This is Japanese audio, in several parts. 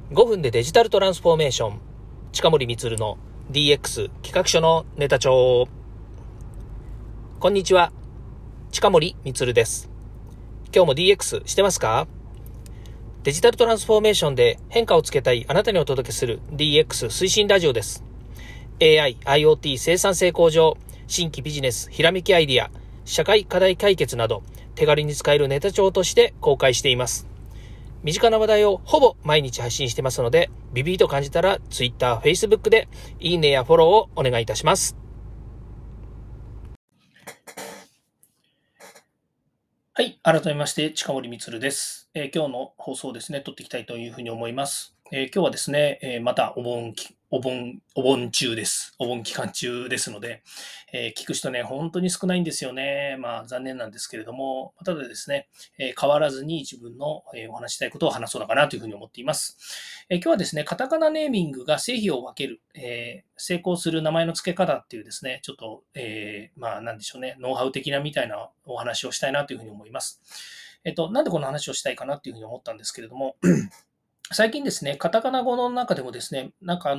5分でデジタルトランスフォーメーション。近森光の DX 企画書のネタ帳。こんにちは。近森光です。今日も DX してますか？デジタルトランスフォーメーションで変化をつけたいあなたにお届けする DX 推進ラジオです。AI、IoT 生産性向上、新規ビジネス、ひらめきアイディア、社会課題解決など手軽に使えるネタ帳として公開しています。身近な話題をほぼ毎日配信してますので、ビビーと感じたら Twitter、Facebook でいいねやフォローをお願いいたします。はい、改めまして近森光です。今日の放送をですね、撮っていきたいというふうに思います。今日はですね、またお盆中です。お盆期間中ですので、聞く人ね、本当に少ないんですよね。残念なんですけれども、ただですね、変わらずに自分の、お話したいことを話そうのかなというふうに思っています。今日はですね、カタカナネーミングが成否を分ける、成功する名前の付け方っていうですね、ちょっと、なんでしょうね、ノウハウ的なみたいなお話をしたいなというふうに思います。なんでこの話をしたいかなっていうふうに思ったんですけれども、最近ですね、カタカナ語の中でもですね、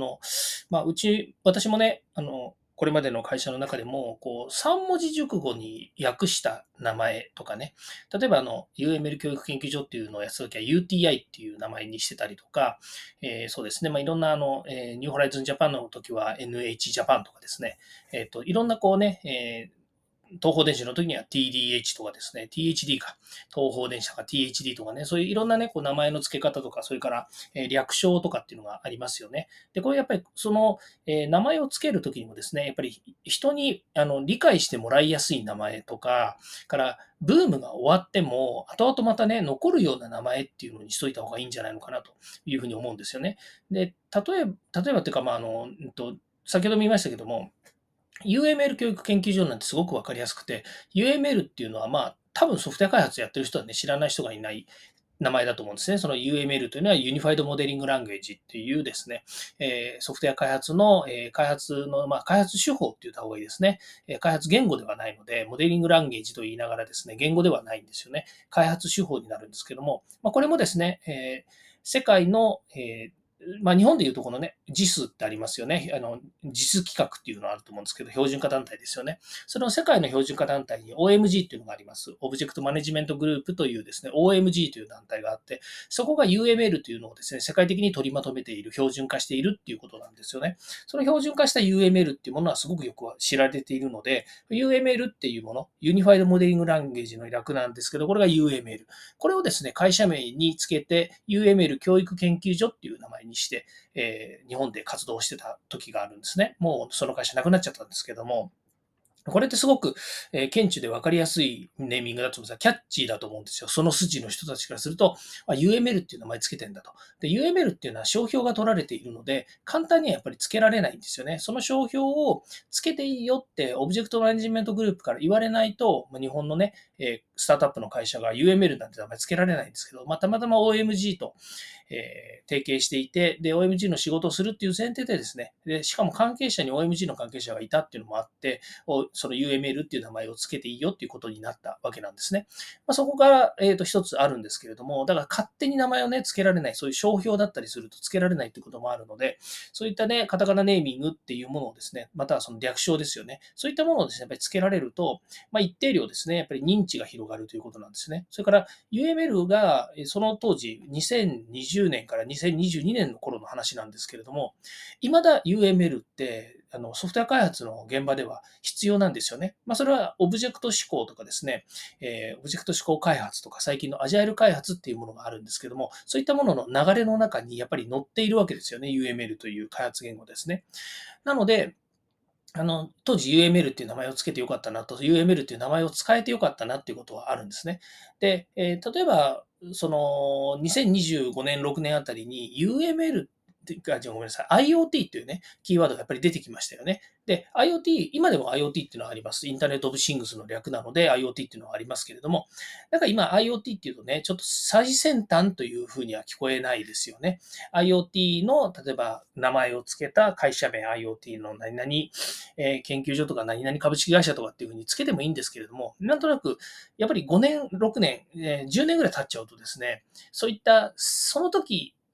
私もね、これまでの会社の中でも、3文字熟語に訳した名前とかね、例えばUML 教育研究所っていうのをやってた時は UTI っていう名前にしてたりとか、そうですね、いろんなニューホライズンジャパンの時は NH ジャパンとかですね、いろんな東方電子の時には TDH とかですね、THD か、東方電子とか THD とかね、そういういろんなね、名前の付け方とか、それから、略称とかっていうのがありますよね。で、これやっぱり名前を付けるときにもですね、やっぱり人に理解してもらいやすい名前とか、からブームが終わっても、後々またね、残るような名前っていうのにしといた方がいいんじゃないのかなというふうに思うんですよね。で、例えばというか、先ほども言いましたけども、UML 教育研究所なんてすごくわかりやすくて、UML っていうのは多分ソフトウェア開発やってる人はね、知らない人がいない名前だと思うんですね。その UML というのはユニファイドモデリングラングエージっていうですね、ソフトウェア開発の、開発手法って言った方がいいですね。開発言語ではないので、モデリングランゲージと言いながらですね、言語ではないんですよね。開発手法になるんですけども、これもですね、世界の、日本でいうとこのね、JIS ってありますよね。JIS 規格っていうのがあると思うんですけど、標準化団体ですよね。その世界の標準化団体に OMG っていうのがあります。オブジェクトマネジメントグループというですね、OMG という団体があって、そこが UML というのをですね、世界的に取りまとめている、標準化しているっていうことなんですよね。その標準化した UML っていうものはすごくよく知られているので、UML っていうもの、ユニファイドモデリングランゲージの略なんですけど、これが UML。これをですね、会社名につけて UML 教育研究所っていう名前にして、日本で活動してた時があるんですね。もうその会社なくなっちゃったんですけども、これってすごく、顕著で分かりやすいネーミングだと思うんですが、キャッチーだと思うんですよ。その筋の人たちからすると、UML っていう名前つけてんだと。で、UML っていうのは商標が取られているので、簡単にはやっぱりつけられないんですよね。その商標をつけていいよって、オブジェクトマネジメントグループから言われないと、日本のね、スタートアップの会社が UML なんて名前つけられないんですけど、たまたま OMG と、提携していて、で、OMG の仕事をするっていう前提でですね、で、しかも関係者に OMG の関係者がいたっていうのもあって、その UML っていう名前をつけていいよっていうことになったわけなんですね。そこが、一つあるんですけれども、だから勝手に名前をね、つけられない、そういう商標だったりするとつけられないっていうこともあるので、そういったね、カタカナネーミングっていうものをですね、またはその略称ですよね。そういったものをですね、やっぱりつけられると、一定量ですね、やっぱり認知が広がるということなんですね。それから UML が、その当時、2020年から2022年の頃の話なんですけれども、未だ UML ってソフトウェア開発の現場では必要なんですよね。それはオブジェクト思考とかですね、オブジェクト思考開発とか最近のアジャイル開発っていうものがあるんですけども、そういったものの流れの中にやっぱり載っているわけですよね。UML という開発言語ですね。なので、当時 UML っていう名前をつけてよかったなと、UML っていう名前を使えてよかったなっていうことはあるんですね。で、例えば、2025年、6年あたりに UML ごめんなさい、IoT っていうね、キーワードがやっぱり出てきましたよね。で、IoT、今でも IoT っていうのはあります。インターネットオブシングスの略なので IoT っていうのはありますけれども、なんか今 IoT っていうとね、ちょっと最先端というふうには聞こえないですよね。IoT の、例えば名前を付けた会社名 IoT の何々、研究所とか何々株式会社とかっていうふうにつけてもいいんですけれども、なんとなく、やっぱり5年、6年、10年ぐらい経っちゃうとですね、そういった、その時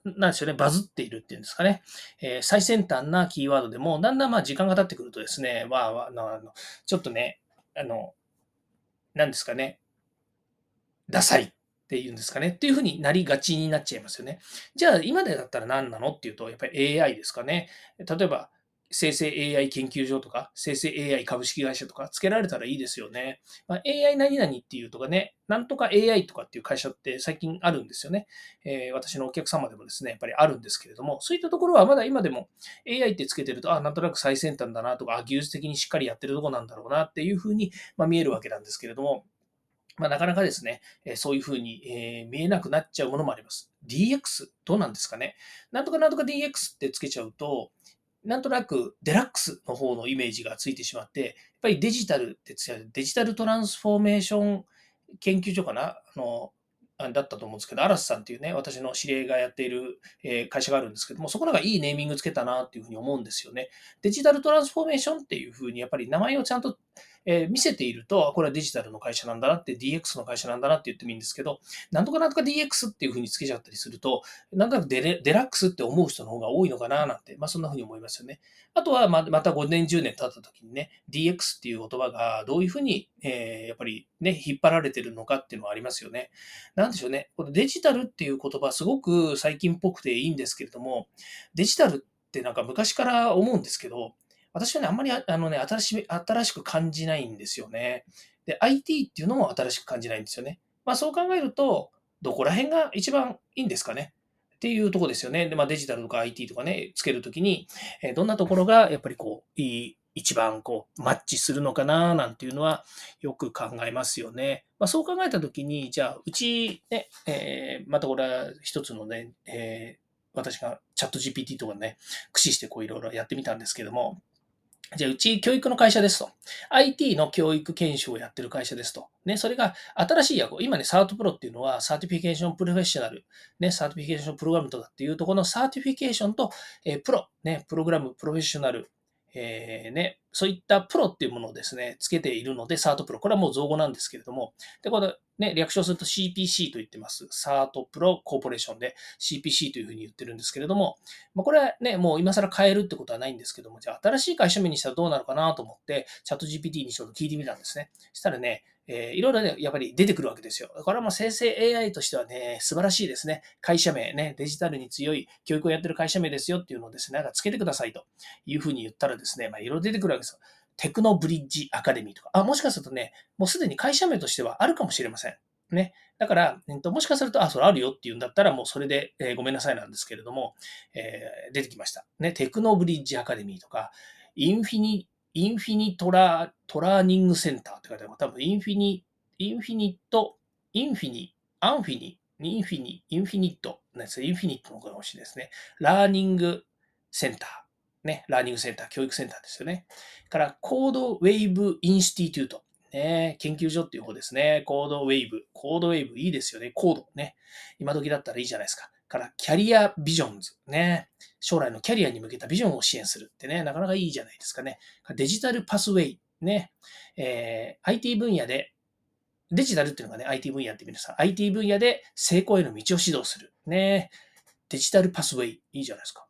なんですよね、バズっているっていうんですかね。最先端なキーワードでも、だんだん時間が経ってくるとですね、ちょっとね、あの、なんですかね、ダサいっていうんですかね、っていう風になりがちになっちゃいますよね。じゃあ、今でだったら何なのっていうと、やっぱり AI ですかね。例えば、生成 AI 研究所とか、生成 AI 株式会社とかつけられたらいいですよね。AI 何々っていうとかね、なんとか AI とかっていう会社って最近あるんですよね。私のお客様でもですね、やっぱりあるんですけれども、そういったところはまだ今でも AI ってつけてると、なんとなく最先端だなとか、技術的にしっかりやってるとこなんだろうなっていう風に、見えるわけなんですけれども、なかなかですね、そういうふうに、見えなくなっちゃうものもあります。DX、どうなんですかね。なんとかなんとか DX ってつけちゃうと、なんとなくデラックスの方のイメージがついてしまって、やっぱりデジタルってつけデジタルトランスフォーメーション研究所かなだったと思うんですけど、アラスさんっていうね、私の知り合いがやっている、会社があるんですけども、そこらがいいネーミングつけたなっていうふうに思うんですよね。デジタルトランスフォーメーションっていうふうに、やっぱり名前をちゃんと見せていると、これはデジタルの会社なんだなって、DX の会社なんだなって言ってもいいんですけど、なんとかなんとか DX っていう風につけちゃったりすると、なんとなくデラックスって思う人の方が多いのかななんて、そんな風に思いますよね。あとは、また5年、10年経った時にね、DX っていう言葉がどういう風に、やっぱりね、引っ張られてるのかっていうのはありますよね。なんでしょうね。このデジタルっていう言葉、すごく最近っぽくていいんですけれども、デジタルってなんか昔から思うんですけど、私はね、あんまり新しく感じないんですよね。で、IT っていうのも新しく感じないんですよね。そう考えると、どこら辺が一番いいんですかねっていうところですよね。で、デジタルとか IT とかね、つけるときに、どんなところがやっぱり一番マッチするのかななんていうのはよく考えますよね。そう考えたときに、じゃあ、うちね、またこれは一つのね、私がチャット GPT とかね、駆使していろいろやってみたんですけども、じゃあ、うち教育の会社ですと。IT の教育研修をやってる会社ですと。ね、それが新しい訳語。今ね、サートプロっていうのは、サーティフィケーションプロフェッショナル、ね、サーティフィケーションプログラムとかっていうところのサーティフィケーションと、プロ、ね、プログラム、プロフェッショナル、そういったプロっていうものをですね、つけているので、サートプロ。これはもう造語なんですけれども、で、これね、略称すると CPC と言ってます。サートプロコーポレーションで CPC というふうに言ってるんですけれども、これはね、もう今更変えるってことはないんですけども、じゃあ新しい会社名にしたらどうなるかなと思って、チャット GPT にちょっと聞いてみたんですね。そしたらね、いろいろね、やっぱり出てくるわけですよ。これはもう生成 AI としてはね、素晴らしいですね。会社名ね、デジタルに強い教育をやってる会社名ですよっていうのをですね、なんかつけてくださいというふうに言ったらですね、いろいろ出てくるわけですよ。テクノブリッジアカデミーとか。もしかするとね、もうすでに会社名としてはあるかもしれません。ね。だから、もしかすると、それあるよっていうんだったら、もうそれで、ごめんなさいなんですけれども、出てきました。ね、テクノブリッジアカデミーとか、インフィニトラーニングセンターって書いてある。多分インフィニット、インフィニ、アンフィニ、インフィニットのやつ、インフィニットのかもしれないですね。ラーニングセンター。ね、ラーニングセンター、教育センターですよね。から、コードウェイブインスティテュート。ね、研究所っていう方ですね。コードウェイブ。コードウェイブいいですよね。コードね。今時だったらいいじゃないですか。から、キャリアビジョンズ。ね。将来のキャリアに向けたビジョンを支援するってね、なかなかいいじゃないですかね。デジタルパスウェイ。ね。IT 分野で、デジタルっていうのがね、IT 分野って皆さん、IT 分野で成功への道を指導する。ね。デジタルパスウェイ。いいじゃないですか。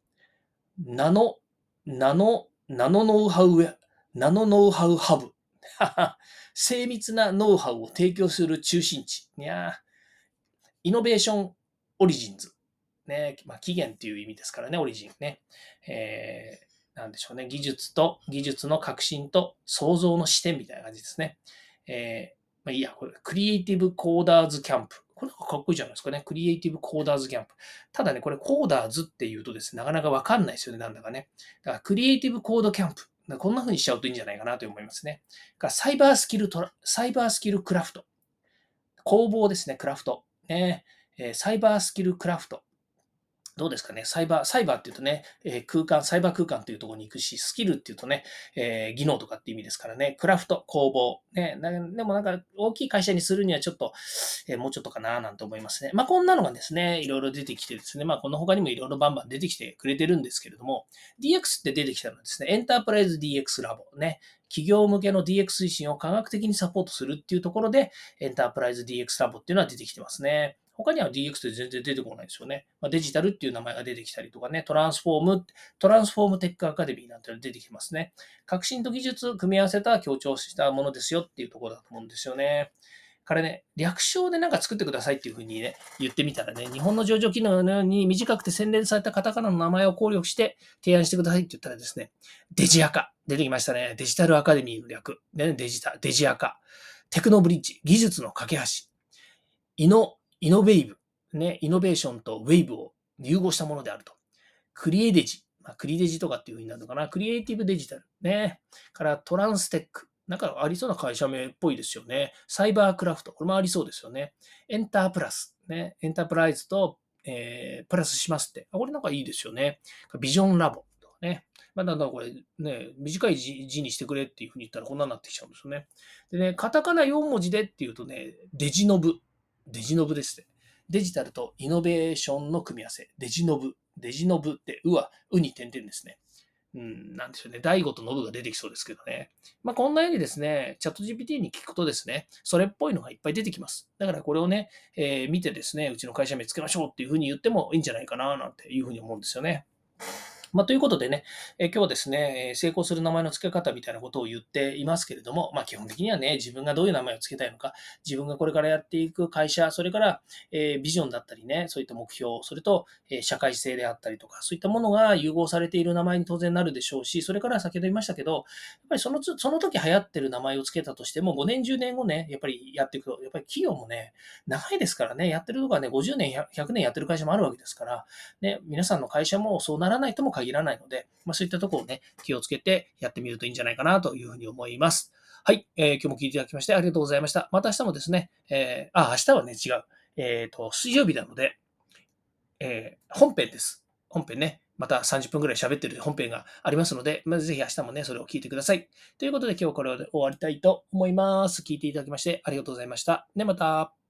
ナノノウハウナノノウハウハブ。精密なノウハウを提供する中心地。いやイノベーションオリジンズ。ね、起源っていう意味ですからね、オリジンね。なんでしょうね、技術の革新と創造の視点みたいな感じですね。いいや、これ、クリエイティブコーダーズキャンプ。これかっこいいじゃないですかね。クリエイティブコーダーズキャンプ。ただね、これコーダーズって言うとですね、なかなかわかんないですよね、なんだかね。だからクリエイティブコードキャンプ。こんな風にしちゃうといいんじゃないかなと思いますね。サイバースキルクラフト。工房ですね、クラフト。ね、サイバースキルクラフト。どうですかね。サイバーって言うとね、サイバー空間っていうところに行くし、スキルって言うとね、技能とかって意味ですからね、クラフト、工房。ね、でもなんか大きい会社にするにはちょっと、もうちょっとかななんて思いますね。こんなのがですね、いろいろ出てきてですね、この他にもいろいろバンバン出てきてくれてるんですけれども、DX って出てきたのはですね、エンタープライズ DX ラボね、企業向けの DX 推進を科学的にサポートするっていうところで、エンタープライズ DX ラボっていうのは出てきてますね。 他には DX で全然出てこないですよね。デジタルっていう名前が出てきたりとかね、トランスフォームテックアカデミーなんていうのが出てきますね。革新と技術組み合わせた強調したものですよっていうところだと思うんですよね。彼ね、略称でなんか作ってくださいっていうふうにね、言ってみたらね、日本の上場機能のように短くて洗練されたカタカナの名前を考慮して提案してくださいって言ったらですね、デジアカ。出てきましたね。デジタルアカデミーの略。ね、デジアカ。テクノブリッジ。技術の架け橋。イノベイブ。ね、イノベーションとウェイブを融合したものであると。クリエデジ。クリデジとかっていう風になるのかな。クリエイティブデジタル。ね。からトランステック。なんかありそうな会社名っぽいですよね。サイバークラフト。これもありそうですよね。エンタープラス。ね。エンタープライズと、プラスしますって。これなんかいいですよね。ビジョンラボとかね。だんだんこれね、短い字にしてくれっていう風に言ったらこんなになってきちゃうんですよね。でね、カタカナ4文字でっていうとね、デジノブ。デジノブですね。デジタルとイノベーションの組み合わせ。デジノブ。デジノブって、うに点々ですね。なんでしょうね。第五とノブが出てきそうですけどね。こんなようにですね、チャット GPT に聞くとですね、それっぽいのがいっぱい出てきます。だからこれをね、見てですね、うちの会社名つけましょうっていうふうに言ってもいいんじゃないかな、なんていうふうに思うんですよね。ということでね、今日はですね、成功する名前の付け方みたいなことを言っていますけれども、基本的にはね、自分がどういう名前を付けたいのか、自分がこれからやっていく会社、それから、ビジョンだったりね、そういった目標、それと、社会性であったりとか、そういったものが融合されている名前に当然なるでしょうし、それから先ほど言いましたけど、やっぱりその時流行ってる名前を付けたとしても、5年、10年後ね、やっぱりやっていくと、やっぱり企業もね、長いですからね、やってるとこはね、50年、100年やってる会社もあるわけですから、ね、皆さんの会社もそうならないとも限らないので、そういったところをね、気をつけてやってみるといいんじゃないかなというふうに思います。はい、今日も聞いていただきましてありがとうございました。また明日もですね、明日はね、違う。水曜日なので、本編です。本編ね、また30分ぐらい喋ってる本編がありますので、ぜひ明日もね、それを聞いてください。ということで今日これで終わりたいと思います。聞いていただきましてありがとうございました。また。